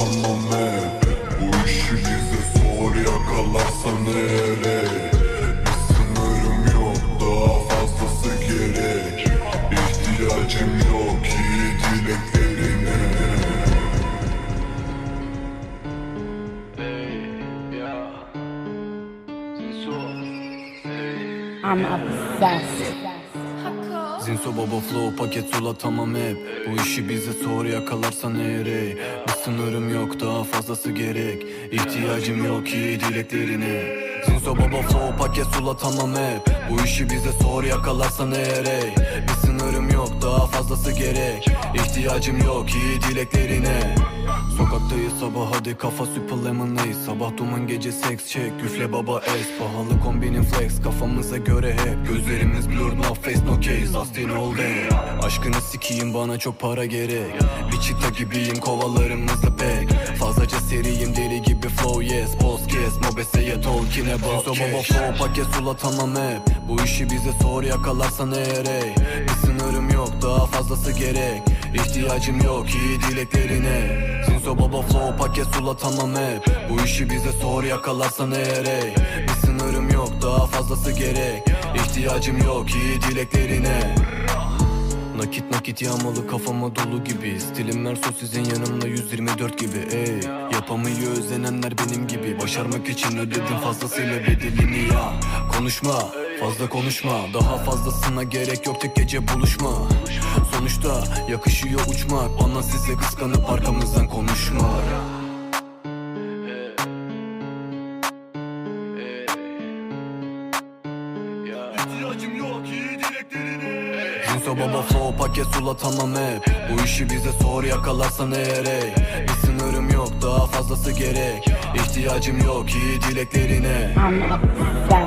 tamam hep. Bu işi bize sor, yakalarsan eğer. Bir sınırım yok, daha fazlası gerek. İhtiyacım yok iyi dileklerine. I'm obsessed. Zinso baba flow paket sula tamam hep. Bu işi bize sor yakalarsan eğer. Bir sınırım yok daha fazlası gerek. İhtiyacım yok iyi dileklerine. Zinso baba flow paket sula tamam hep. Bu işi bize sor yakalarsan eğer. Bir sınırım yok daha fazlası gerek. İhtiyacım yok iyi dileklerine. Sokaktayız sabah hadi kafa super lemonade. Sabah duman gece seks check üfle baba es. Pahalı kombinin flex kafamıza göre hep. Gözlerimiz blur no face no case Astin all day. Aşkını sikiyim bana çok para gerek. Bir çita gibiyim kovalarımızda pek. Fazlaca seriyim deli gibi flow yes. Boss kes mobeseye tolkine bak. So baba flow paket sula tamam hep. Bu işi bize sor yakalarsan eğer. Bir sınırım yok daha fazlası gerek. İhtiyacım yok iyi dileklerine. Zinso baba flow paket sula tamam hep. Bu işi bize sor yakalarsan eğer. Bir sınırım yok daha fazlası gerek. İhtiyacım yok iyi dileklerine. Nakit nakit yağmalı kafama dolu gibi. Stilim Merso sizin yanımda 124 gibi ey. Yapamıyor özenenler benim gibi. Başarmak için ödedim fazlasıyla bedelini ya. Konuşma fazla konuşma. Daha fazlasına gerek yok tek gece buluşma. Sonuçta yakışıyor uçmak. Bana size kıskanıp arkamızdan konuşma. İhtiyacım yok iyi dileklerine. Zinso baba flow paket sula tamam hep. Bu işi bize sor yakalarsan eğer. Bir sınırım yok daha fazlası gerek. İhtiyacım yok iyi dileklerine. I'm obsessed.